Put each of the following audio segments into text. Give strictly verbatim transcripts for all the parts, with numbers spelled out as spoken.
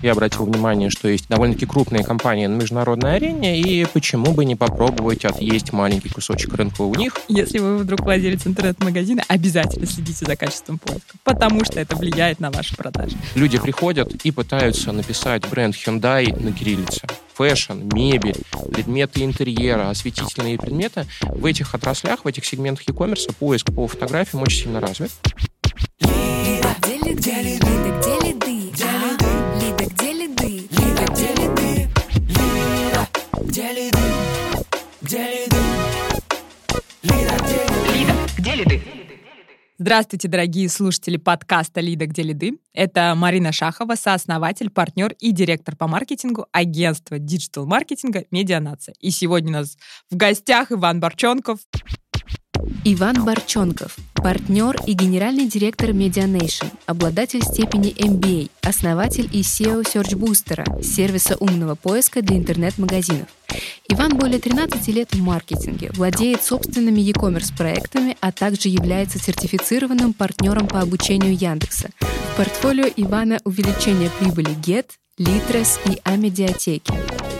я обратил внимание, что есть довольно-таки крупные компании на международной арене, и почему бы не попробовать отъесть маленький кусочек рынка у них. Если вы вдруг владелец интернет-магазина, обязательно следите за качеством поиска, потому что это влияет на ваши продажи. Люди приходят и пытаются написать бренд Hyundai на кириллице. Фэшн, мебель, предметы интерьера, осветительные предметы. В этих отраслях, в этих сегментах e-commerce поиск по фотографиям очень сильно развит. Здравствуйте, дорогие слушатели подкаста «Лида. Где лиды?». Это Марина Шахова, сооснователь, партнер и директор по маркетингу агентства диджитал-маркетинга «Медианация». И сегодня у нас в гостях Иван Борченков. Иван Борченков, партнер и генеральный директор Medianation, обладатель степени эм би эй, основатель и си и о SearchBooster, сервиса умного поиска для интернет-магазинов. Иван более тринадцати лет в маркетинге, владеет собственными e-commerce проектами, а также является сертифицированным партнером по обучению Яндекса. В портфолио Ивана увеличение прибыли Get, Litres и А-медиатеки.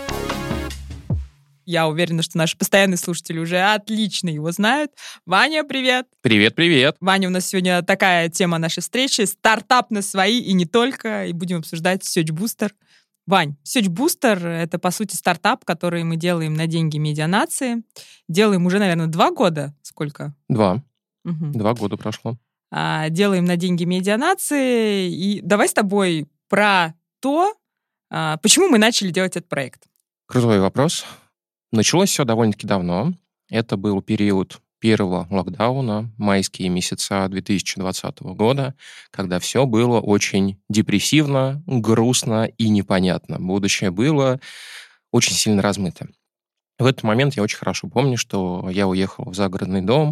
Я уверена, что наши постоянные слушатели уже отлично его знают. Ваня, привет! Привет-привет! Ваня, у нас сегодня такая тема нашей встречи. Стартап на свои и не только. И будем обсуждать SearchBooster. Вань, SearchBooster — это, по сути, стартап, который мы делаем на деньги Медианации. Делаем уже, наверное, два года. Сколько? Два. Угу. Два года прошло. А, делаем на деньги Медианации. И давай с тобой про то, а, почему мы начали делать этот проект. Крутой вопрос. Началось все довольно-таки давно. Это был период первого локдауна, майские месяца две тысячи двадцатого года, когда все было очень депрессивно, грустно и непонятно. Будущее было очень сильно размыто. В этот момент я очень хорошо помню, что я уехал в загородный дом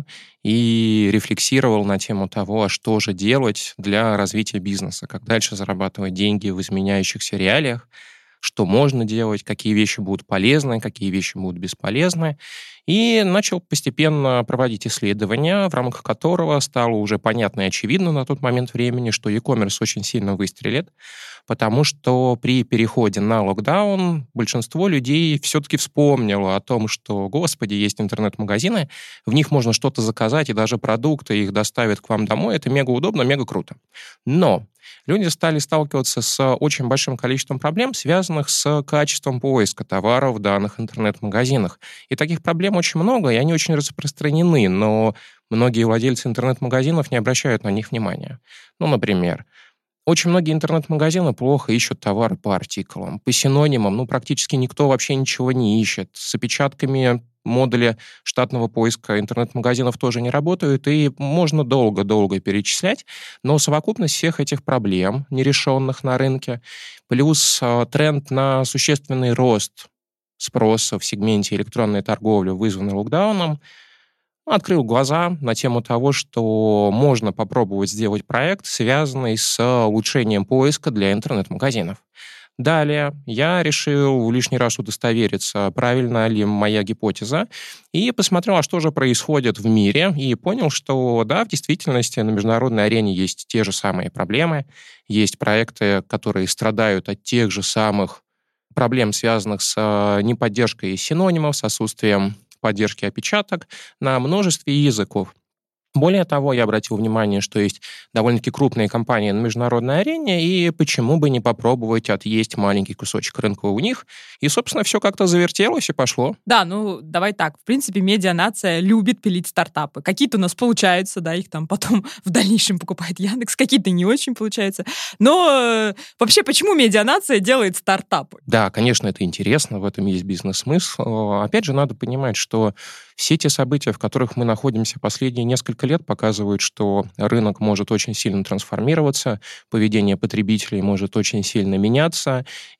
и рефлексировал на тему того, а что же делать для развития бизнеса, как дальше зарабатывать деньги в изменяющихся реалиях, что можно делать, какие вещи будут полезны, какие вещи будут бесполезны. И начал постепенно проводить исследования, в рамках которого стало уже понятно и очевидно на тот момент времени, что e-commerce очень сильно выстрелит, потому что при переходе на локдаун большинство людей все-таки вспомнило о том, что, господи, есть интернет-магазины, в них можно что-то заказать, и даже продукты их доставят к вам домой. Это мега удобно, мега круто. Но люди стали сталкиваться с очень большим количеством проблем, связанных с качеством поиска товаров в данных интернет-магазинах. И таких проблем очень много, и они очень распространены, но многие владельцы интернет-магазинов не обращают на них внимания. Ну, например, очень многие интернет-магазины плохо ищут товары по артикулам, по синонимам, ну, практически никто вообще ничего не ищет. С опечатками модули штатного поиска интернет-магазинов тоже не работают, и можно долго-долго перечислять, но совокупность всех этих проблем, нерешенных на рынке, плюс э, тренд на существенный рост спроса в сегменте электронной торговли, вызванный локдауном, открыл глаза на тему того, что можно попробовать сделать проект, связанный с улучшением поиска для интернет-магазинов. Далее я решил лишний раз удостовериться, правильна ли моя гипотеза, и посмотрел, а что же происходит в мире, и понял, что да, в действительности на международной арене есть те же самые проблемы, есть проекты, которые страдают от тех же самых проблем, связанных с неподдержкой синонимов, с отсутствием поддержки опечаток на множестве языков. Более того, я обратил внимание, что есть довольно-таки крупные компании на международной арене, и почему бы не попробовать отъесть маленький кусочек рынка у них. И, собственно, все как-то завертелось и пошло. Да, ну, давай так. В принципе, Медианация любит пилить стартапы. Какие-то у нас получаются, да, их там потом в дальнейшем покупает Яндекс, какие-то не очень получаются. Но э, вообще, почему Медианация делает стартапы? Да, конечно, это интересно, в этом есть бизнес-смысл. Опять же, надо понимать, что все те события, в которых мы находимся последние несколько лет, показывают, что рынок может очень сильно трансформироваться, поведение потребителей может очень сильно меняться,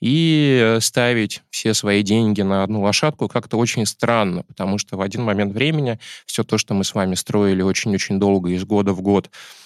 и ставить все свои деньги на одну лошадку как-то очень странно, потому что в один момент времени все то, что мы с вами строили очень-очень долго, из года в год,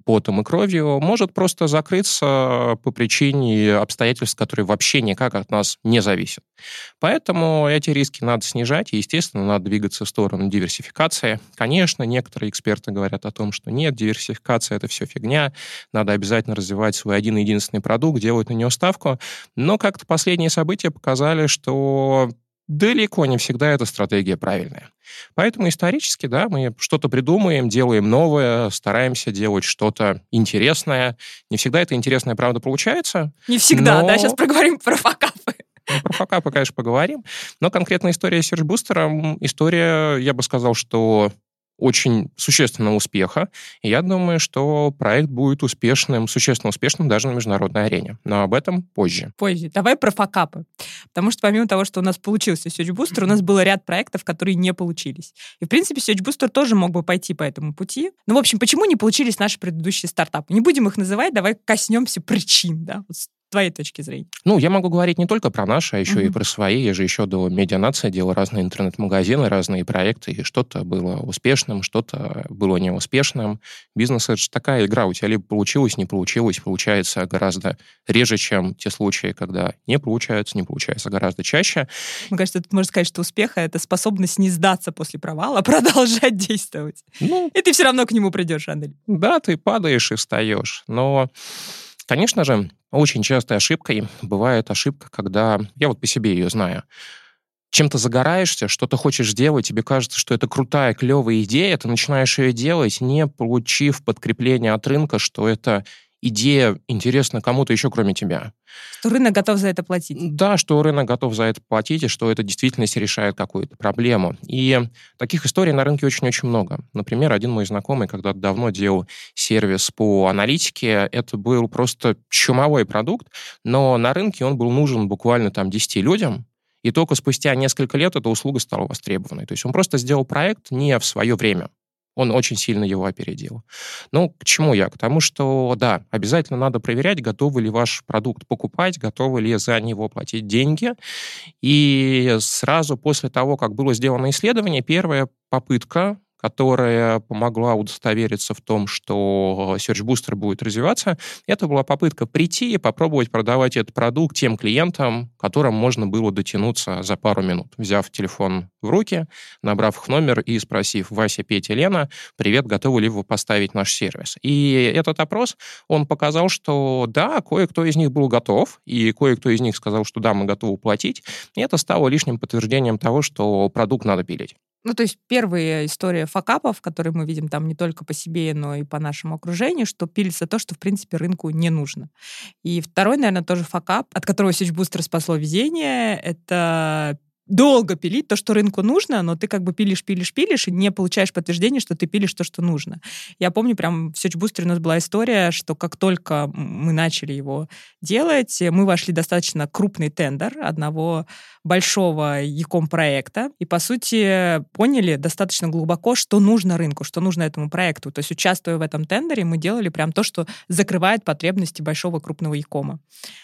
потом и кровью, может просто закрыться по причине обстоятельств, которые вообще никак от нас не зависят. Поэтому эти риски надо снижать, и, естественно, надо двигаться в сторону диверсификации. Конечно, некоторые эксперты говорят о том, что нет, диверсификация — это все фигня, надо обязательно развивать свой один-единственный продукт, делать на него ставку, но как-то последние события показали, что далеко не всегда эта стратегия правильная. Поэтому исторически, да, мы что-то придумаем, делаем новое, стараемся делать что-то интересное. Не всегда это интересное, правда, получается. Не всегда, но... да? Сейчас поговорим про факапы. Ну, про факапы, конечно, поговорим. Но конкретно история с SearchBooster, история, я бы сказал, что очень существенного успеха. И я думаю, что проект будет успешным, существенно успешным даже на международной арене. Но об этом позже. Позже. Давай про факапы. Потому что помимо того, что у нас получился SearchBooster, у нас был ряд проектов, которые не получились. И, в принципе, SearchBooster тоже мог бы пойти по этому пути. Ну, в общем, почему не получились наши предыдущие стартапы? Не будем их называть, давай коснемся причин, да, вот с твоей точки зрения. Ну, я могу говорить не только про наши, а еще Uh-huh. и про свои. Я же еще до Медианации делал разные интернет-магазины, разные проекты, и что-то было успешным, что-то было неуспешным. Бизнес — это же такая игра. У тебя либо получилось, не получилось. Получается гораздо реже, чем те случаи, когда не получается, не получается гораздо чаще. Мне кажется, тут можно сказать, что успех — это способность не сдаться после провала, а продолжать действовать. Ну, и ты все равно к нему придешь, Андрей. Да, ты падаешь и встаешь. Но, конечно же, очень частой ошибкой бывает ошибка, когда, я вот по себе ее знаю, чем-то загораешься, что-то хочешь делать, тебе кажется, что это крутая, клевая идея, ты начинаешь ее делать, не получив подкрепление от рынка, что эта идея интересна кому-то еще, кроме тебя. Что рынок готов за это платить. Да, что рынок готов за это платить, и что это в действительности решает какую-то проблему. И таких историй на рынке очень-очень много. Например, один мой знакомый когда-то давно делал сервис по аналитике. Это был просто чумовой продукт, но на рынке он был нужен буквально там десяти людям, и только спустя несколько лет эта услуга стала востребованной. То есть он просто сделал проект не в свое время. Он очень сильно его опередил. Ну, к чему я? К тому, что, да, обязательно надо проверять, готовы ли ваш продукт покупать, готовы ли за него платить деньги. И сразу после того, как было сделано исследование, первая попытка, которая помогла удостовериться в том, что SearchBooster будет развиваться, это была попытка прийти и попробовать продавать этот продукт тем клиентам, которым можно было дотянуться за пару минут, взяв телефон в руки, набрав их номер и спросив: Вася, Петя, Лена, привет, готовы ли вы поставить наш сервис? И этот опрос, он показал, что да, кое-кто из них был готов, и кое-кто из них сказал, что да, мы готовы платить, и это стало лишним подтверждением того, что продукт надо пилить. Ну, то есть первая история факапов, которые мы видим там не только по себе, но и по нашему окружению, что пилится то, что, в принципе, рынку не нужно. И второй, наверное, тоже факап, от которого SearchBooster спасло везение, это долго пилить то, что рынку нужно, но ты как бы пилишь, пилишь, пилишь, и не получаешь подтверждения, что ты пилишь то, что нужно. Я помню, прям в SearchBooster у нас была история, что как только мы начали его делать, мы вошли в достаточно крупный тендер одного большого e-com проекта, и, по сути, поняли достаточно глубоко, что нужно рынку, что нужно этому проекту. То есть, участвуя в этом тендере, мы делали прям то, что закрывает потребности большого крупного e-com.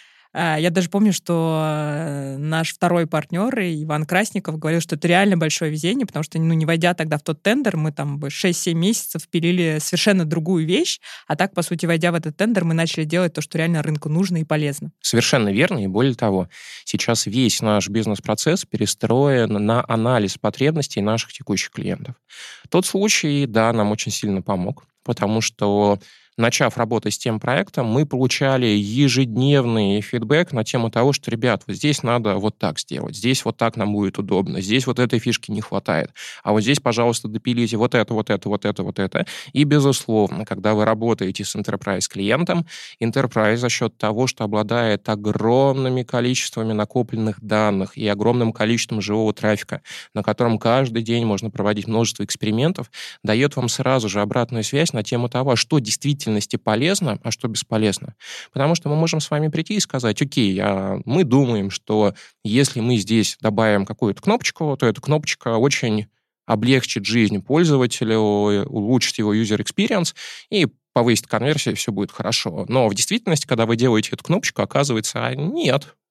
Я даже помню, что наш второй партнер, Иван Красников, говорил, что это реально большое везение, потому что, ну, не войдя тогда в тот тендер, мы там шесть-семь месяцев пилили совершенно другую вещь, а так, по сути, войдя в этот тендер, мы начали делать то, что реально рынку нужно и полезно. Совершенно верно, и более того, сейчас весь наш бизнес-процесс перестроен на анализ потребностей наших текущих клиентов. Тот случай, да, нам очень сильно помог, потому что, начав работать с тем проектом, мы получали ежедневный фидбэк на тему того, что, ребят, вот здесь надо вот так сделать, здесь вот так нам будет удобно, здесь вот этой фишки не хватает, а вот здесь, пожалуйста, допилите вот это, вот это, вот это, вот это. И, безусловно, когда вы работаете с enterprise-клиентом, enterprise за счет того, что обладает огромными количествами накопленных данных и огромным количеством живого трафика, на котором каждый день можно проводить множество экспериментов, дает вам сразу же обратную связь на тему того, что действительно полезно, а что бесполезно. Потому что мы можем с вами прийти и сказать: окей, а мы думаем, что если мы здесь добавим какую-то кнопочку, то эта кнопочка очень облегчит жизнь пользователю, улучшит его user experience и повысит конверсию, и все будет хорошо. Но в действительности, когда вы делаете эту кнопочку, оказывается, нет,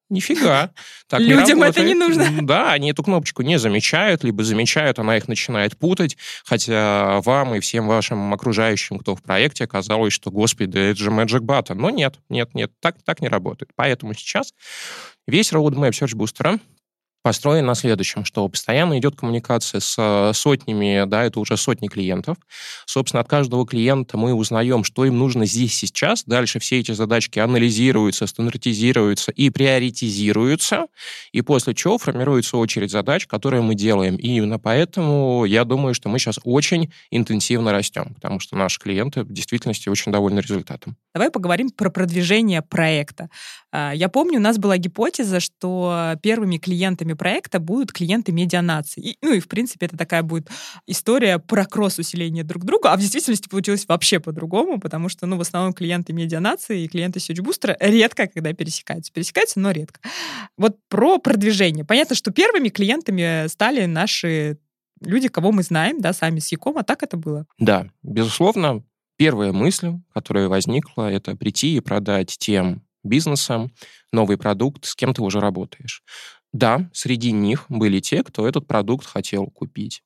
Нифига. Так Людям не это не нужно. Да, они эту кнопочку не замечают, либо замечают, она их начинает путать, хотя вам и всем вашим окружающим, кто в проекте, казалось, что, господи, да это же Magic Button. Но нет, нет, нет, так, так не работает. Поэтому сейчас весь roadmap Search Booster построен на следующем, что постоянно идет коммуникация с сотнями, да, это уже сотни клиентов. Собственно, от каждого клиента мы узнаем, что им нужно здесь сейчас. Дальше все эти задачки анализируются, стандартизируются и приоритизируются, и после чего формируется очередь задач, которые мы делаем. И именно поэтому я думаю, что мы сейчас очень интенсивно растем, потому что наши клиенты в действительности очень довольны результатом. Давай поговорим про продвижение проекта. Я помню, у нас была гипотеза, что первыми клиентами проекта будут клиенты медианации. И, ну и, в принципе, это такая будет история про кросс-усиление друг друга, а в действительности получилось вообще по-другому, потому что, ну, в основном клиенты медианации и клиенты Search Booster редко когда пересекаются. Пересекаются, но редко. Вот про продвижение. Понятно, что первыми клиентами стали наши люди, кого мы знаем, да, сами с Яком, а так это было. Да, безусловно, первая мысль, которая возникла, это прийти и продать тем бизнесам новый продукт, с кем ты уже работаешь. Да, среди них были те, кто этот продукт хотел купить.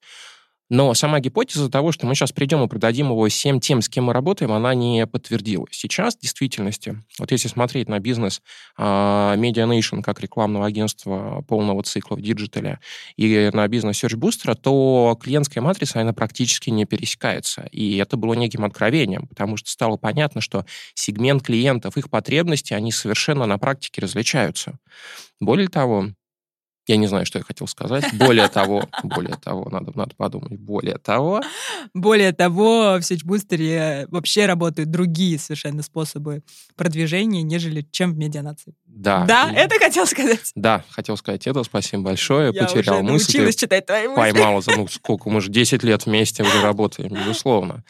Но сама гипотеза того, что мы сейчас придем и продадим его всем тем, с кем мы работаем, она не подтвердилась. Сейчас, в действительности, вот если смотреть на бизнес uh, MediaNation как рекламного агентства полного цикла в диджитале и на бизнес Search Booster, то клиентская матрица, она практически не пересекается. И это было неким откровением, потому что стало понятно, что сегмент клиентов, их потребности, они совершенно на практике различаются. Более того, я не знаю, что я хотел сказать. Более того, более того, надо, надо подумать, более того. Более того, в Search Booster вообще работают другие совершенно способы продвижения, нежели чем в медианации. Да. Да, и... это хотел сказать? Да, хотел сказать это. Спасибо большое. Я Потерял уже мысль. научилась читать твои мысли. Поймала, ну сколько, мы же десять лет вместе уже работаем, безусловно.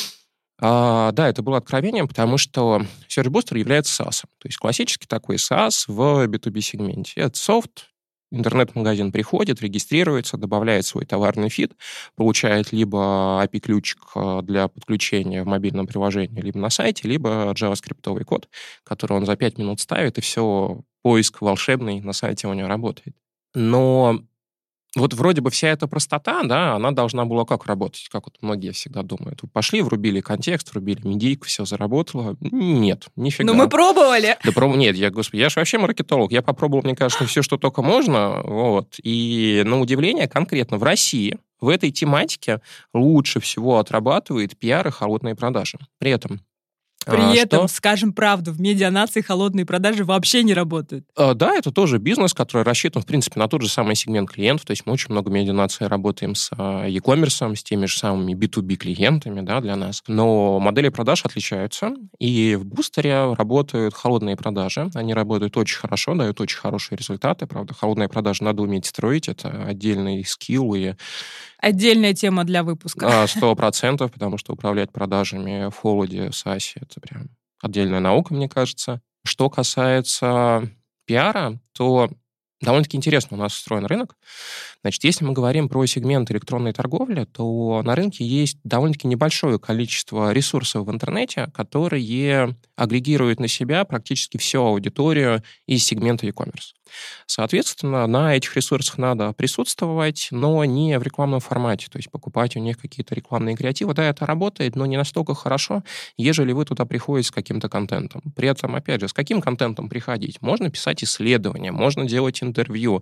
А, да, это было откровением, потому что Search Booster является SaaS. То есть классический такой SaaS в би ту би-сегменте. Это софт, интернет-магазин приходит, регистрируется, добавляет свой товарный фид, получает либо эй пи ай-ключик для подключения в мобильном приложении, либо на сайте, либо JavaScript код, который он за пять минут ставит, и все, поиск волшебный на сайте у него работает. Но вот вроде бы вся эта простота, да, она должна была как работать, как вот многие всегда думают. Пошли, врубили контекст, врубили медийку, все заработало. Нет, нифига. Ну мы пробовали. Да проб... Нет, я, господи, я же вообще маркетолог. Я попробовал, мне кажется, все, что только можно. Вот. И на удивление, конкретно в России в этой тематике лучше всего отрабатывает пиар и холодные продажи. При этом При а, этом, что? скажем правду, в медианации холодные продажи вообще не работают. А, да, это тоже бизнес, который рассчитан, в принципе, на тот же самый сегмент клиентов. То есть мы очень много медианации работаем с e-commerce, с теми же самыми би ту би-клиентами, да, для нас. Но модели продаж отличаются. И в бустере работают холодные продажи. Они работают очень хорошо, дают очень хорошие результаты. Правда, холодные продажи надо уметь строить. Это отдельный скилл и Отдельная тема для выпуска. Сто процентов, потому что управлять продажами в холоде, в САСе, это прям отдельная наука, мне кажется. Что касается пиара, то довольно-таки интересно у нас устроен рынок. Значит, если мы говорим про сегмент электронной торговли, то на рынке есть довольно-таки небольшое количество ресурсов в интернете, которые агрегируют на себя практически всю аудиторию из сегмента e-commerce. Соответственно, на этих ресурсах надо присутствовать, но не в рекламном формате, то есть покупать у них какие-то рекламные креативы. Да, это работает, но не настолько хорошо, ежели вы туда приходите с каким-то контентом. При этом, опять же, с каким контентом приходить? Можно писать исследования, можно делать интервью.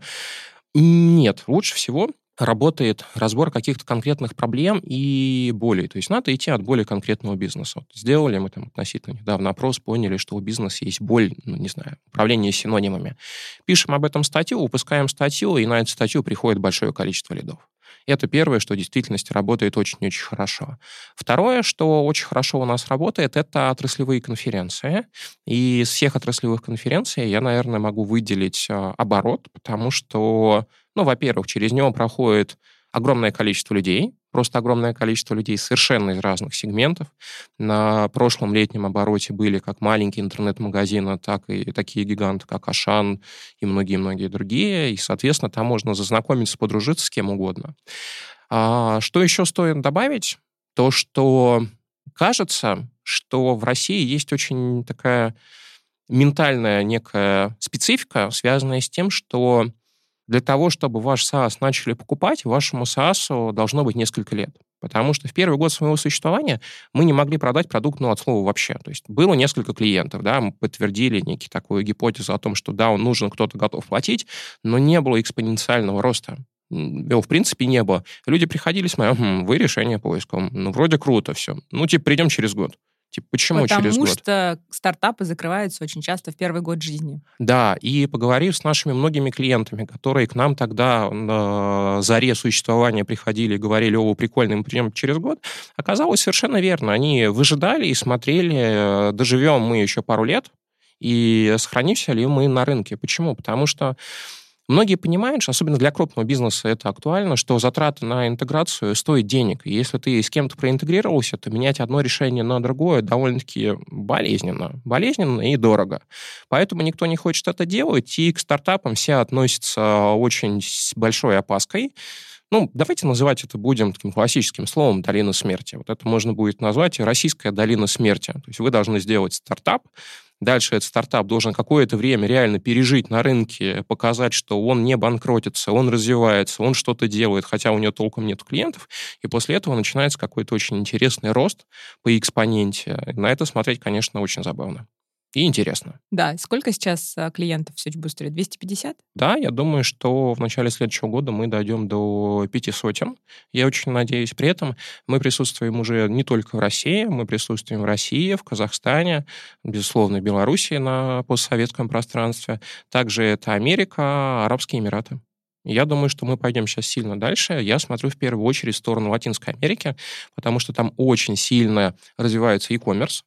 Нет, лучше всего работает разбор каких-то конкретных проблем и болей. То есть надо идти от более конкретного бизнеса. Вот сделали мы там относительно недавно опрос, поняли, что у бизнеса есть боль, ну, не знаю, управление синонимами. Пишем об этом статью, выпускаем статью, и на эту статью приходит большое количество лидов. Это первое, что в действительности работает очень-очень хорошо. Второе, что очень хорошо у нас работает, это отраслевые конференции. И из всех отраслевых конференций я, наверное, могу выделить оборот, потому что, ну, во-первых, через него проходит огромное количество людей, просто огромное количество людей совершенно из разных сегментов. На прошлом летнем обороте были как маленькие интернет-магазины, так и такие гиганты, как Ашан и многие-многие другие. И, соответственно, там можно зазнакомиться, подружиться с кем угодно. А что еще стоит добавить? То, что кажется, что в России есть очень такая ментальная некая специфика, связанная с тем, что для того, чтобы ваш SaaS начали покупать, вашему SaaS должно быть несколько лет. Потому что в первый год своего существования мы не могли продать продукт, ну, от слова вообще. То есть было несколько клиентов, да, мы подтвердили некий такую гипотезу о том, что да, он нужен, кто-то готов платить, но не было экспоненциального роста. Его, в принципе, не было. Люди приходили, смотрели, хм, вы решение поиска. Ну, вроде круто все. Ну, типа, придем через год. Типа, почему Потому через год? Потому что стартапы закрываются очень часто в первый год жизни. Да, и поговорив с нашими многими клиентами, которые к нам тогда на заре существования приходили и говорили, о, прикольно, мы придем через год, оказалось совершенно верно. Они выжидали и смотрели, доживем мы еще пару лет, и сохранимся ли мы на рынке. Почему? Потому что многие понимают, что особенно для крупного бизнеса это актуально, что затраты на интеграцию стоят денег. И если ты с кем-то проинтегрировался, то менять одно решение на другое довольно-таки болезненно. Болезненно и дорого. Поэтому никто не хочет это делать, и к стартапам все относятся очень с большой опаской. Ну, давайте называть это будем таким классическим словом «долина смерти». Вот это можно будет назвать российская долина смерти. То есть вы должны сделать стартап, дальше этот стартап должен какое-то время реально пережить на рынке, показать, что он не банкротится, он развивается, он что-то делает, хотя у него толком нет клиентов, и после этого начинается какой-то очень интересный рост по экспоненте. На это смотреть, конечно, очень забавно. И интересно. Да, сколько сейчас клиентов в SearchBooster? двести пятьдесят? Да, я думаю, что в начале следующего года мы дойдем до пяти сотен. Я очень надеюсь. При этом мы присутствуем уже не только в России, мы присутствуем в России, в Казахстане, безусловно, в Беларуси на постсоветском пространстве. Также это Америка, Арабские Эмираты. Я думаю, что мы пойдем сейчас сильно дальше. Я смотрю в первую очередь в сторону Латинской Америки, потому что там очень сильно развивается e-commerce.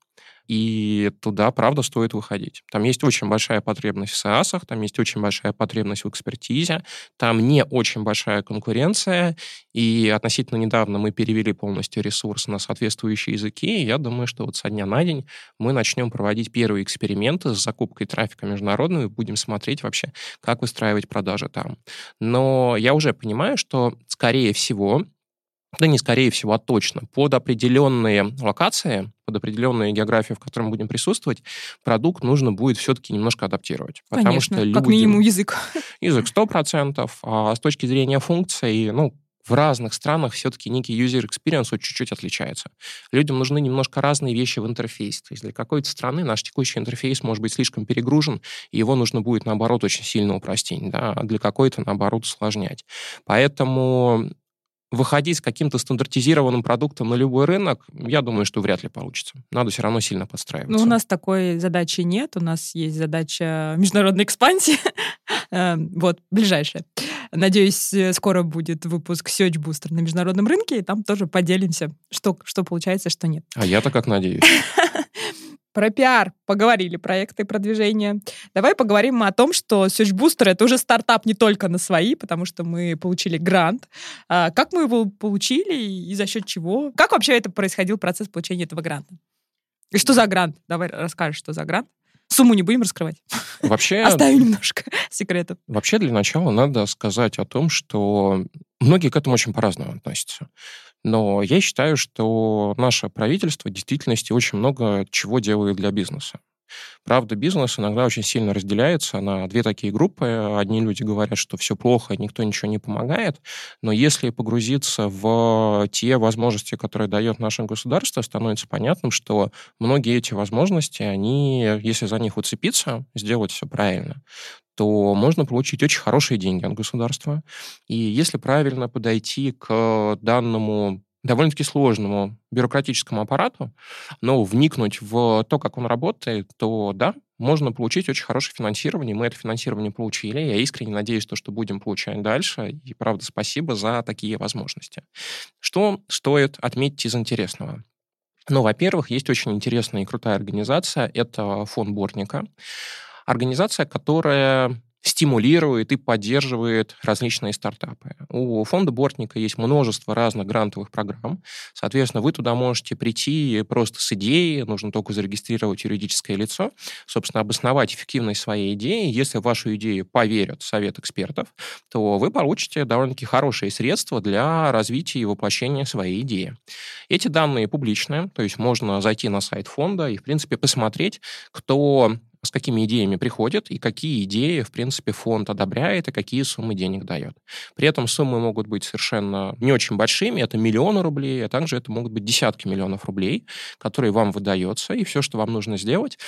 И туда, правда, стоит выходить. Там есть очень большая потребность в SaaS, там есть очень большая потребность в экспертизе, там не очень большая конкуренция, и относительно недавно мы перевели полностью ресурс на соответствующие языки, и я думаю, что вот со дня на день мы начнем проводить первые эксперименты с закупкой трафика международного и будем смотреть вообще, как выстраивать продажи там. Но я уже понимаю, что, скорее всего, да не скорее всего, а точно, под определенные локации, под определенные географии, в которой мы будем присутствовать, продукт нужно будет все-таки немножко адаптировать. Потому Конечно, что как людям... минимум язык. Язык сто процентов, а с точки зрения функций, ну, в разных странах все-таки некий user experience чуть-чуть отличается. Людям нужны немножко разные вещи в интерфейсе. То есть для какой-то страны наш текущий интерфейс может быть слишком перегружен, и его нужно будет, наоборот, очень сильно упростить, да, а для какой-то, наоборот, усложнять. Поэтому выходить с каким-то стандартизированным продуктом на любой рынок, я думаю, что вряд ли получится. Надо все равно сильно подстраиваться. Ну, у нас такой задачи нет. У нас есть задача международной экспансии. Вот, ближайшая. Надеюсь, скоро будет выпуск SearchBooster на международном рынке, и там тоже поделимся, что, что получается, что нет. А я-то как надеюсь. Про пиар поговорили, проекты, продвижение. Давай поговорим о том, что SearchBooster — это уже стартап не только на свои, потому что мы получили грант. А как мы его получили и за счет чего? Как вообще это происходил процесс получения этого гранта? И что за грант? Давай расскажешь, что за грант. Сумму не будем раскрывать. Вообще, оставим немножко секретов. Вообще, для начала надо сказать о том, что многие к этому очень по-разному относятся. Но я считаю, что наше правительство в действительности очень много чего делает для бизнеса. Правда, бизнес иногда очень сильно разделяется на две такие группы. Одни люди говорят, что все плохо, никто ничего не помогает. Но если погрузиться в те возможности, которые дает наше государство, становится понятным, что многие эти возможности, они, если за них уцепиться, сделать все правильно, то можно получить очень хорошие деньги от государства. И если правильно подойти к данному довольно-таки сложному бюрократическому аппарату, но вникнуть в то, как он работает, то да, можно получить очень хорошее финансирование. Мы это финансирование получили. Я искренне надеюсь, что, что будем получать дальше. И, правда, спасибо за такие возможности. Что стоит отметить из интересного? Ну, во-первых, есть очень интересная и крутая организация. Это фонд Бортника. Организация, которая стимулирует и поддерживает различные стартапы. У фонда Бортника есть множество разных грантовых программ. Соответственно, вы туда можете прийти просто с идеей, нужно только зарегистрировать юридическое лицо, собственно, обосновать эффективность своей идеи. Если в вашу идею поверят совет экспертов, то вы получите довольно-таки хорошие средства для развития и воплощения своей идеи. Эти данные публичные, то есть можно зайти на сайт фонда и, в принципе, посмотреть, кто с какими идеями приходит и какие идеи, в принципе, фонд одобряет и какие суммы денег дает. При этом суммы могут быть совершенно не очень большими, это миллионы рублей, а также это могут быть десятки миллионов рублей, которые вам выдается, и все, что вам нужно сделать,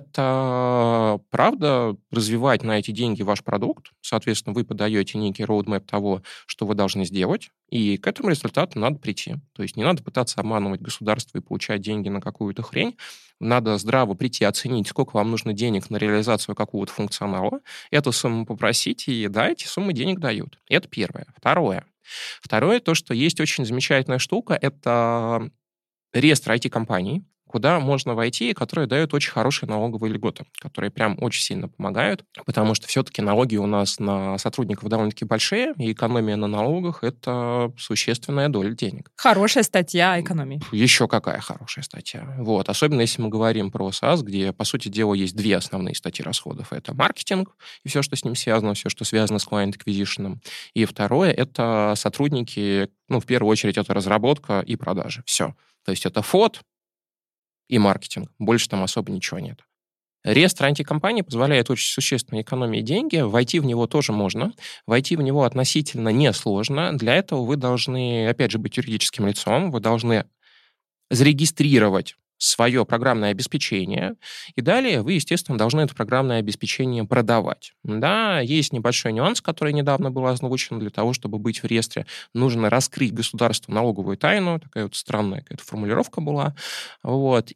это, правда, развивать на эти деньги ваш продукт. Соответственно, вы подаете некий роудмэп того, что вы должны сделать, и к этому результату надо прийти. То есть не надо пытаться обманывать государство и получать деньги на какую-то хрень. Надо здраво прийти, оценить, сколько вам нужно денег на реализацию какого-то функционала, эту сумму попросить, и да, эти суммы денег дают. Это первое. Второе. Второе, то, что есть очень замечательная штука, это реестр ай ти-компаний, куда можно войти, и которые дают очень хорошие налоговые льготы, которые прям очень сильно помогают, потому что все-таки налоги у нас на сотрудников довольно-таки большие, и экономия на налогах — это существенная доля денег. Хорошая статья о экономии. Еще какая хорошая статья. Вот. Особенно если мы говорим про SaaS, где, по сути дела, есть две основные статьи расходов. Это маркетинг и все, что с ним связано, все, что связано с client acquisition. И второе — это сотрудники, ну, в первую очередь, это разработка и продажи. Все. То есть это фот и маркетинг. Больше там особо ничего нет. Реестр ай ти-компаний позволяет очень существенно экономить деньги. Войти в него тоже можно. Войти в него относительно несложно. Для этого вы должны, опять же, быть юридическим лицом. Вы должны зарегистрировать свое программное обеспечение, и далее вы, естественно, должны это программное обеспечение продавать. Да, есть небольшой нюанс, который недавно был озвучен. Для того, чтобы быть в реестре, нужно раскрыть государству налоговую тайну. Такая вот странная какая-то формулировка была. Вот.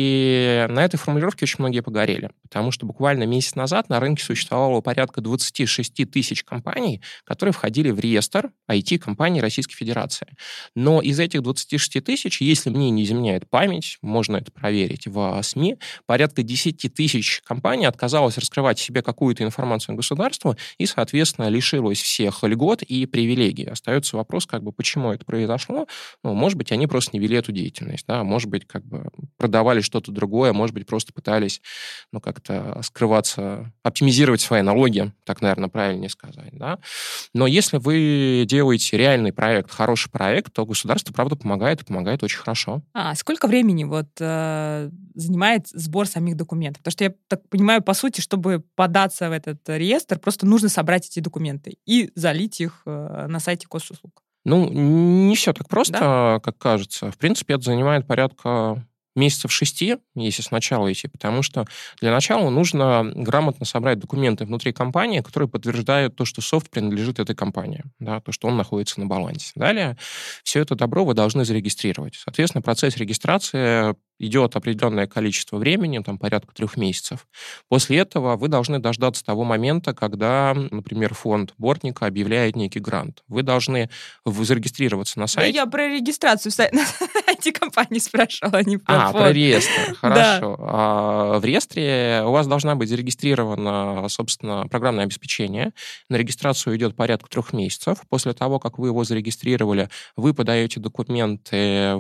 И на этой формулировке очень многие погорели, потому что буквально месяц назад на рынке существовало порядка двадцать шесть тысяч компаний, которые входили в реестр ай ти-компаний Российской Федерации. Но из этих двадцати шести тысяч, если мне не изменяет память, можно это проверить в СМИ, порядка десять тысяч компаний отказалось раскрывать себе какую-то информацию государству и, соответственно, лишилось всех льгот и привилегий. Остается вопрос, как бы, почему это произошло. Ну, может быть, они просто не вели эту деятельность, да, может быть, как бы продавали что-то другое, может быть, просто пытались, ну, как-то скрываться, оптимизировать свои налоги, так, наверное, правильнее сказать, да. Но если вы делаете реальный проект, хороший проект, то государство, правда, помогает, и помогает очень хорошо. А сколько времени вот э, занимает сбор самих документов? Потому что я так понимаю, по сути, чтобы податься в этот реестр, просто нужно собрать эти документы и залить их э, на сайте госуслуг. Ну, не все так просто, Да? как кажется. В принципе, это занимает порядка месяцев шести, если сначала идти, потому что для начала нужно грамотно собрать документы внутри компании, которые подтверждают то, что софт принадлежит этой компании, да, то, что он находится на балансе. Далее все это добро вы должны зарегистрировать. Соответственно, процесс регистрации идет определенное количество времени, там порядка трех месяцев. После этого вы должны дождаться того момента, когда, например, фонд Бортника объявляет некий грант. Вы должны зарегистрироваться на сайте. Да я про регистрацию в сайте ай ти-компании спрашивала, а не про А, фонд. про реестр. Хорошо. Да. А в реестре у вас должна быть зарегистрировано, собственно, программное обеспечение. На регистрацию идет порядка трех месяцев. После того, как вы его зарегистрировали, вы подаете документы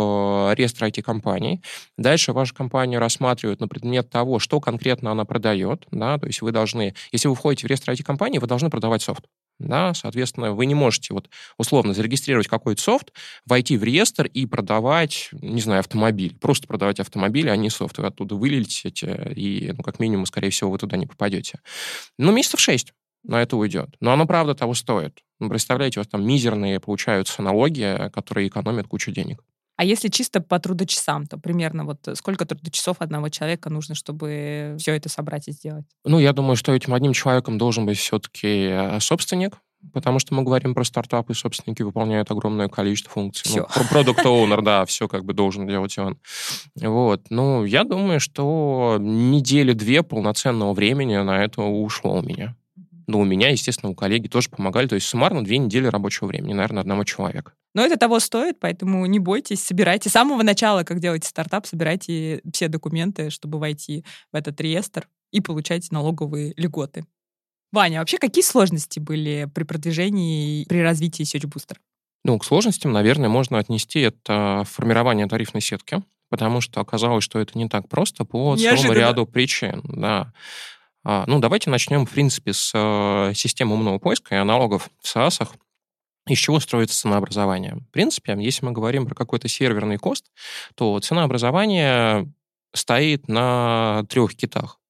в реестр ай ти-компаний. Дальше вашу компанию рассматривают на предмет того, что конкретно она продает. Да? То есть вы должны, если вы входите в реестр ай ти-компании, вы должны продавать софт. Да, соответственно, вы не можете вот условно зарегистрировать какой-то софт, войти в реестр и продавать, не знаю, автомобиль. Просто продавать автомобиль, а не софт. Вы оттуда вылетите, и, ну, как минимум, скорее всего, вы туда не попадете. Ну, месяцев шесть на это уйдет. Но оно, правда, того стоит. Ну, представляете, у вас там мизерные получаются налоги, которые экономят кучу денег. А если чисто по трудочасам, то примерно вот сколько трудочасов одного человека нужно, чтобы все это собрать и сделать? Ну, я думаю, что этим одним человеком должен быть все-таки собственник, потому что мы говорим про стартапы, и собственники выполняют огромное количество функций. Все. Ну, продукт оунер, да, все как бы должен делать он. Вот. Ну, я думаю, что недели две полноценного времени на это ушло у меня. Ну, у меня, естественно, у коллеги тоже помогали. То есть суммарно две недели рабочего времени, наверное, одного человека. Но это того стоит, поэтому не бойтесь, собирайте. С самого начала, как делаете стартап, собирайте все документы, чтобы войти в этот реестр и получать налоговые льготы. Ваня, вообще какие сложности были при продвижении и при развитии SearchBooster? Ну, к сложностям, наверное, можно отнести это формирование тарифной сетки, потому что оказалось, что это не так просто по целому ряду причин. Да. Ну, давайте начнем, в принципе, с системы умного поиска и аналогов в SaaS. Из чего строится ценообразование? В принципе, если мы говорим про какой-то серверный кост, то ценообразование стоит на трех китах.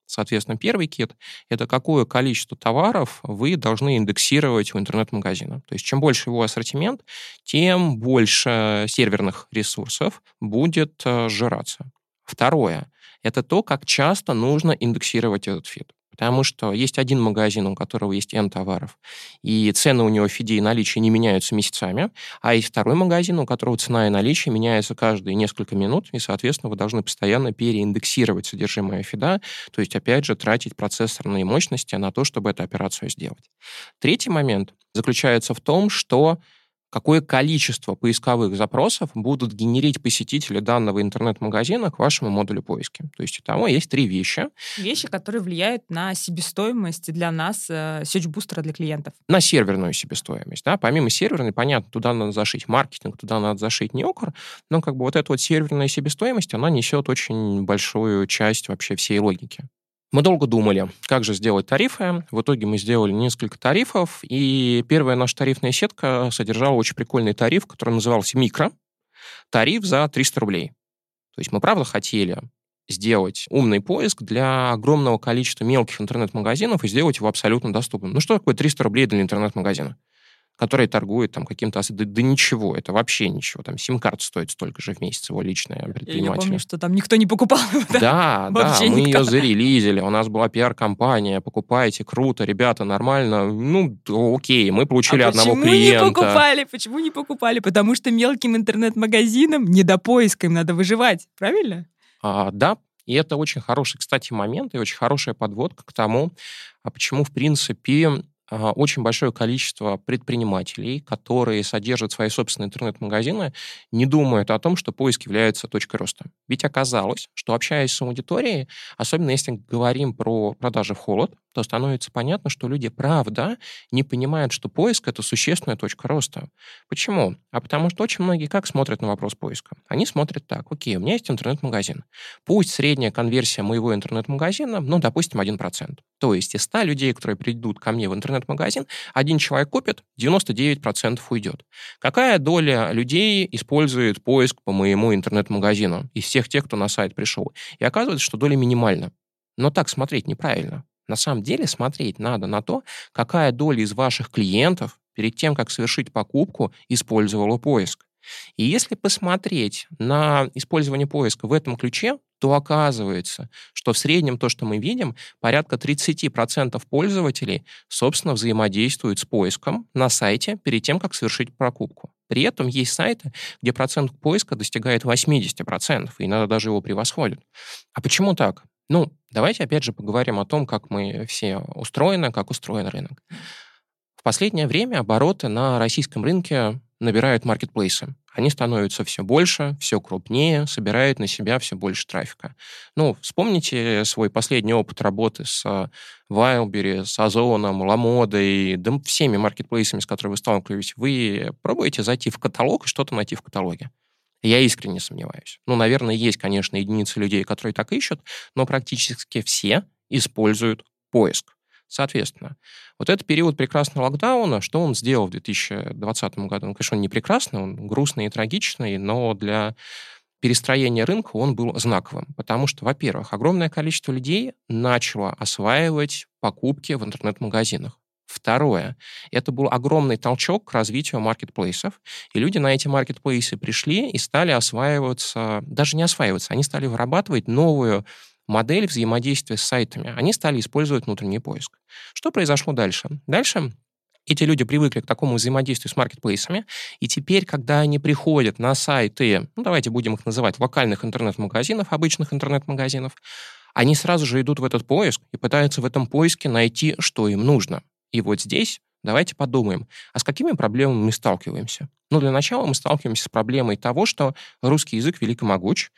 Соответственно, первый кит — это какое количество товаров вы должны индексировать у интернет-магазина. То есть чем больше его ассортимент, тем больше серверных ресурсов будет э, сжираться. Второе — это то, как часто нужно индексировать этот фид. Потому что есть один магазин, у которого есть N товаров, и цены у него в фиде и наличии не меняются месяцами, а есть второй магазин, у которого цена и наличие меняются каждые несколько минут, и, соответственно, вы должны постоянно переиндексировать содержимое фида, то есть, опять же, тратить процессорные мощности на то, чтобы эту операцию сделать. Третий момент заключается в том, что какое количество поисковых запросов будут генерить посетители данного интернет-магазина к вашему модулю поиска. То есть, итого есть три вещи. Вещи, которые влияют на себестоимость для нас э, SearchBooster для клиентов. На серверную себестоимость. Да? Помимо серверной, понятно, туда надо зашить маркетинг, туда надо зашить неокр, но как бы вот эта вот серверная себестоимость, она несет очень большую часть вообще всей логики. Мы долго думали, как же сделать тарифы. В итоге мы сделали несколько тарифов, и первая наша тарифная сетка содержала очень прикольный тариф, который назывался «Микро». Тариф за триста рублей. То есть мы, правда, хотели сделать умный поиск для огромного количества мелких интернет-магазинов и сделать его абсолютно доступным. Ну что такое триста рублей для интернет-магазина, который торгует там каким-то... Да, да ничего, это вообще ничего. Там сим-карта стоит столько же в месяц, его личная предпринимателя. Я помню, что там никто не покупал. Да, да, мы ее зарелизили, у нас была пиар-компания, покупайте, круто, ребята, нормально. Ну, окей, мы получили а одного почему клиента. не покупали? Почему не покупали? Потому что мелким интернет-магазинам не до поиска, им надо выживать, правильно? А, да, и это очень хороший, кстати, момент и очень хорошая подводка к тому, почему, в принципе, очень большое количество предпринимателей, которые содержат свои собственные интернет-магазины, не думают о том, что поиск является точкой роста. Ведь оказалось, что, общаясь с аудиторией, особенно если говорим про продажи в холод, то становится понятно, что люди, правда, не понимают, что поиск — это существенная точка роста. Почему? А потому что очень многие как смотрят на вопрос поиска? Они смотрят так: окей, у меня есть интернет-магазин. Пусть средняя конверсия моего интернет-магазина, ну, допустим, один процент. То есть из ста людей, которые придут ко мне в интернет-магазин, один человек купит, девяносто девять процентов уйдет. Какая доля людей использует поиск по моему интернет-магазину из всех тех, кто на сайт пришел? И оказывается, что доля минимальна. Но так смотреть неправильно. На самом деле смотреть надо на то, какая доля из ваших клиентов перед тем, как совершить покупку, использовала поиск. И если посмотреть на использование поиска в этом ключе, то оказывается, что в среднем то, что мы видим, порядка тридцать процентов пользователей, собственно, взаимодействуют с поиском на сайте перед тем, как совершить покупку. При этом есть сайты, где процент поиска достигает восемьдесят процентов, и иногда даже его превосходит. А почему так? Ну, давайте опять же поговорим о том, как мы все устроены, как устроен рынок. В последнее время обороты на российском рынке набирают маркетплейсы. Они становятся все больше, все крупнее, собирают на себя все больше трафика. Ну, вспомните свой последний опыт работы с Wildberries, с Озоном, Ламодой, да всеми маркетплейсами, с которыми вы сталкиваетесь. Вы пробуете зайти в каталог и что-то найти в каталоге? Я искренне сомневаюсь. Ну, наверное, есть, конечно, единицы людей, которые так ищут, но практически все используют поиск. Соответственно, вот этот период прекрасного локдауна, что он сделал в две тысячи двадцатом году? Ну, конечно, он не прекрасный, он грустный и трагичный, но для перестроения рынка он был знаковым. Потому что, во-первых, огромное количество людей начало осваивать покупки в интернет-магазинах. Второе. Это был огромный толчок к развитию маркетплейсов, и люди на эти маркетплейсы пришли и стали осваиваться, даже не осваиваться, они стали вырабатывать новую модель взаимодействия с сайтами. Они стали использовать внутренний поиск. Что произошло дальше? Дальше эти люди привыкли к такому взаимодействию с маркетплейсами, и теперь, когда они приходят на сайты, ну, давайте будем их называть локальных интернет-магазинов, обычных интернет-магазинов, они сразу же идут в этот поиск и пытаются в этом поиске найти, что им нужно. И вот здесь давайте подумаем, а с какими проблемами мы сталкиваемся? Ну, для начала мы сталкиваемся с проблемой того, что русский язык велик и могуч,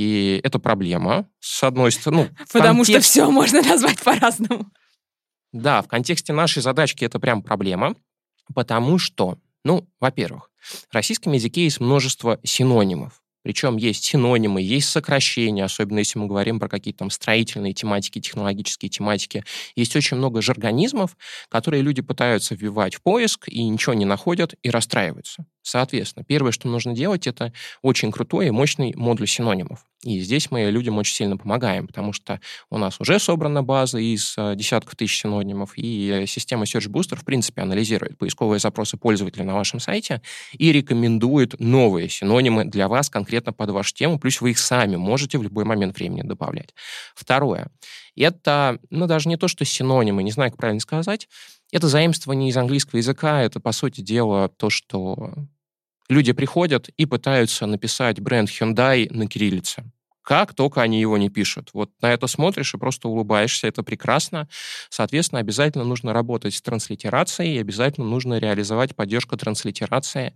и это проблема, с одной стороны... Ну, Потому контекст... что все можно назвать по-разному. Да, в контексте нашей задачки это прям проблема, потому что, ну, во-первых, в российском языке есть множество синонимов. К Причем есть синонимы, есть сокращения, особенно если мы говорим про какие-то там строительные тематики, технологические тематики. Есть очень много жаргонизмов, которые люди пытаются вбивать в поиск и ничего не находят и расстраиваются. Соответственно, первое, что нужно делать, это очень крутой и мощный модуль синонимов. И здесь мы людям очень сильно помогаем, потому что у нас уже собрана база из десятков тысяч синонимов, и система Search Booster, в принципе, анализирует поисковые запросы пользователя на вашем сайте и рекомендует новые синонимы для вас конкретно под вашу тему, плюс вы их сами можете в любой момент времени добавлять. Второе. Это, ну, даже не то, что синонимы, не знаю, как правильно сказать, это заимствование из английского языка, это, по сути дела, то, что люди приходят и пытаются написать бренд Hyundai на кириллице. Как только они его не пишут. Вот на это смотришь и просто улыбаешься, это прекрасно. Соответственно, обязательно нужно работать с транслитерацией, и обязательно нужно реализовать поддержку транслитерации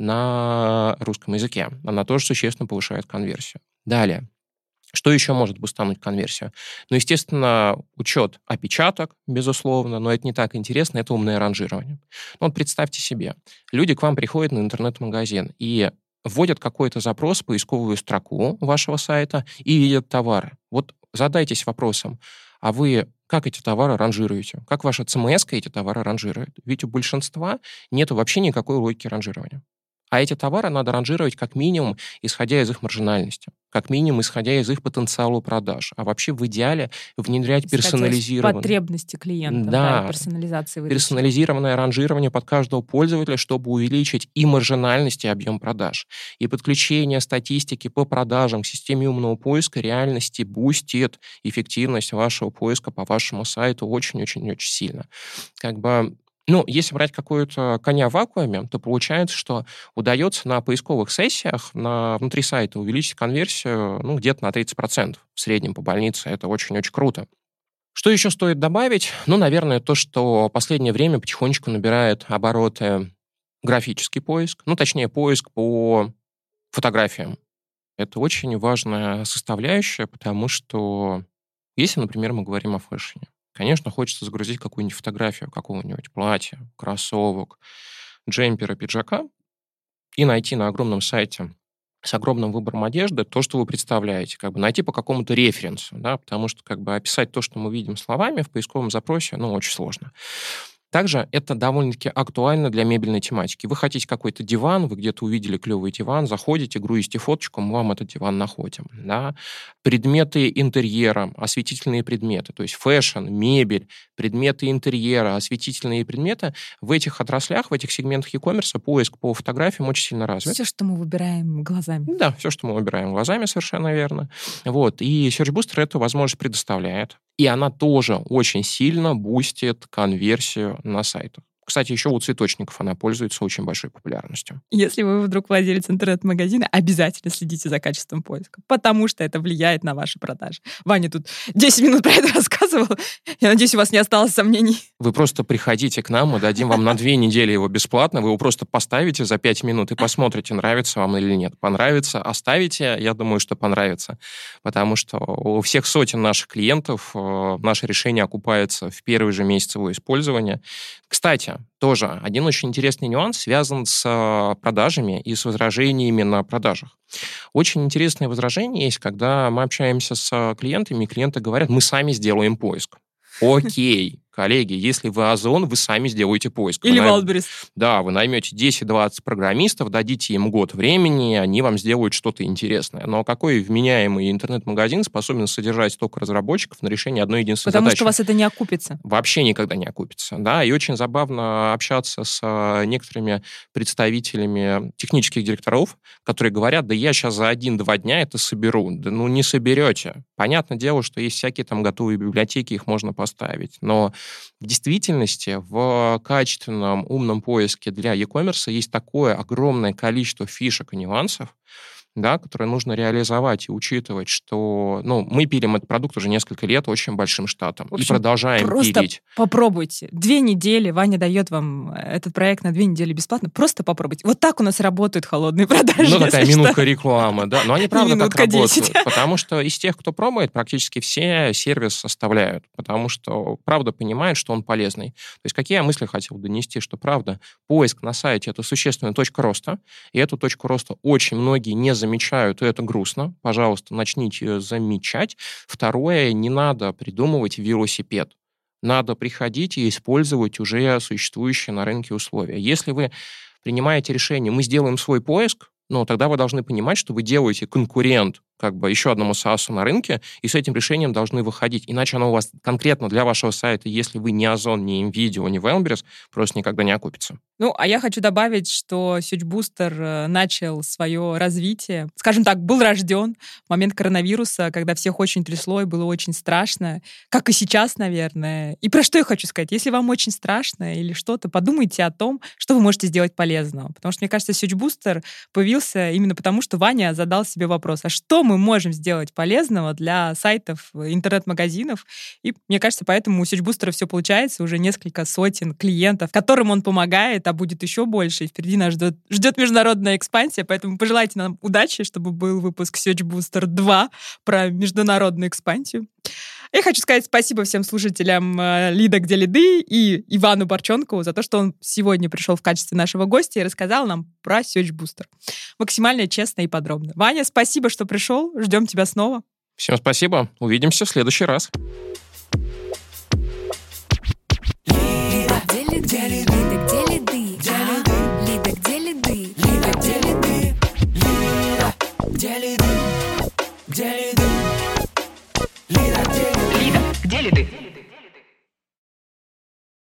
на русском языке. Она тоже существенно повышает конверсию. Далее. Что еще может бустануть конверсию? Ну, естественно, учет опечаток, безусловно, но это не так интересно, это умное ранжирование. Ну, вот представьте себе, люди к вам приходят на интернет-магазин и вводят какой-то запрос в поисковую строку вашего сайта и видят товары. Вот задайтесь вопросом, а вы как эти товары ранжируете? Как ваша си эм эс эти товары ранжирует? Ведь у большинства нет вообще никакой логики ранжирования. А эти товары надо ранжировать как минимум, исходя из их маржинальности, как минимум, исходя из их потенциала продаж. А вообще в идеале внедрять исходя персонализированное... из потребности клиента, да, да, персонализации. Персонализированное ранжирование под каждого пользователя, чтобы увеличить и маржинальность, и объем продаж. И подключение статистики по продажам к системе умного поиска реальности бустит эффективность вашего поиска по вашему сайту очень-очень-очень сильно. Как бы... Ну, если брать какую-то коня в вакууме, то получается, что удается на поисковых сессиях на, внутри сайта увеличить конверсию ну, где-то на тридцать процентов в среднем по больнице. Это очень-очень круто. Что еще стоит добавить? Ну, наверное, то, что в последнее время потихонечку набирает обороты графический поиск, ну, точнее, поиск по фотографиям. Это очень важная составляющая, потому что если, например, мы говорим о фэшне, конечно, хочется загрузить какую-нибудь фотографию какого-нибудь платья, кроссовок, джемпера, пиджака и найти на огромном сайте с огромным выбором одежды то, что вы представляете, как бы найти по какому-то референсу, да, потому что как бы описать то, что мы видим словами в поисковом запросе, ну, очень сложно. Также это довольно-таки актуально для мебельной тематики. Вы хотите какой-то диван, вы где-то увидели клевый диван, заходите, грузите фоточку, мы вам этот диван находим. Да? Предметы интерьера, осветительные предметы, то есть фэшн, мебель, предметы интерьера, осветительные предметы. В этих отраслях, в этих сегментах e-commerce поиск по фотографиям очень сильно развит. Все, что мы выбираем глазами. Да, все, что мы выбираем глазами, совершенно верно. Вот. И Search Booster эту возможность предоставляет. И она тоже очень сильно бустит конверсию на сайтах. Кстати, еще у цветочников она пользуется очень большой популярностью. Если вы вдруг владелец интернет-магазина, обязательно следите за качеством поиска, потому что это влияет на ваши продажи. Ваня тут десять минут про это рассказывал. Я надеюсь, у вас не осталось сомнений. Вы просто приходите к нам, мы дадим вам на две недели его бесплатно, вы его просто поставите за пять минут и посмотрите, нравится вам или нет. Понравится, оставите, я думаю, что понравится, потому что у всех сотен наших клиентов наше решение окупается в первый же месяц его использования. Кстати, тоже один очень интересный нюанс связан с продажами и с возражениями на продажах. Очень интересное возражение есть, когда мы общаемся с клиентами, и клиенты говорят, мы сами сделаем поиск. Окей, коллеги, если вы Озон, вы сами сделаете поиск. Или найм... Wildberries. Да, вы наймете десять-двадцать программистов, дадите им год времени, они вам сделают что-то интересное. Но какой вменяемый интернет-магазин способен содержать столько разработчиков на решение одной единственной Потому задачи? что у вас это не окупится. Вообще никогда не окупится. Да? И очень забавно общаться с некоторыми представителями технических директоров, которые говорят, да я сейчас за один-два дня это соберу. Да ну не соберете. Понятное дело, что есть всякие там готовые библиотеки, их можно поставить. Но в действительности в качественном умном поиске для e-commerce есть такое огромное количество фишек и нюансов, да, которые нужно реализовать и учитывать, что ну, мы пилим этот продукт уже несколько лет очень большим штатом. В общем, и продолжаем просто пилить. Попробуйте. Две недели. Ваня дает вам этот проект на две недели бесплатно. Просто попробуйте. Вот так у нас работают холодные продажи. Ну, такая минутка рекламы, да. Но они правда так работают. Потому что из тех, кто пробует, практически все сервис оставляют. Потому что правда понимают, что он полезный. То есть какие я мысли хотел донести, что правда поиск на сайте — это существенная точка роста. И эту точку роста очень многие не замечают, и это грустно. Пожалуйста, начните замечать. Второе, не надо придумывать велосипед. Надо приходить и использовать уже существующие на рынке условия. Если вы принимаете решение, мы сделаем свой поиск, ну, тогда вы должны понимать, что вы делаете конкурент как бы еще одному SaaS на рынке, и с этим решением должны выходить. Иначе оно у вас конкретно для вашего сайта, если вы не Озон, не InVideo, не Wildberries, просто никогда не окупится. Ну, а я хочу добавить, что SearchBooster начал свое развитие, скажем так, был рожден в момент коронавируса, когда всех очень трясло и было очень страшно, как и сейчас, наверное. И про что я хочу сказать? Если вам очень страшно или что-то, подумайте о том, что вы можете сделать полезного. Потому что, мне кажется, SearchBooster появился именно потому, что Ваня задал себе вопрос, а что мы можем сделать полезного для сайтов, интернет-магазинов? И, мне кажется, поэтому у SearchBooster все получается, уже несколько сотен клиентов, которым он помогает, а будет еще больше, и впереди нас ждет, ждет международная экспансия, поэтому пожелайте нам удачи, чтобы был выпуск SearchBooster два про международную экспансию. Я хочу сказать спасибо всем слушателям «Лида, где лиды» и Ивану Борчонкову за то, что он сегодня пришел в качестве нашего гостя и рассказал нам про SearchBooster. Максимально честно и подробно. Ваня, спасибо, что пришел. Ждем тебя снова. Всем спасибо. Увидимся в следующий раз.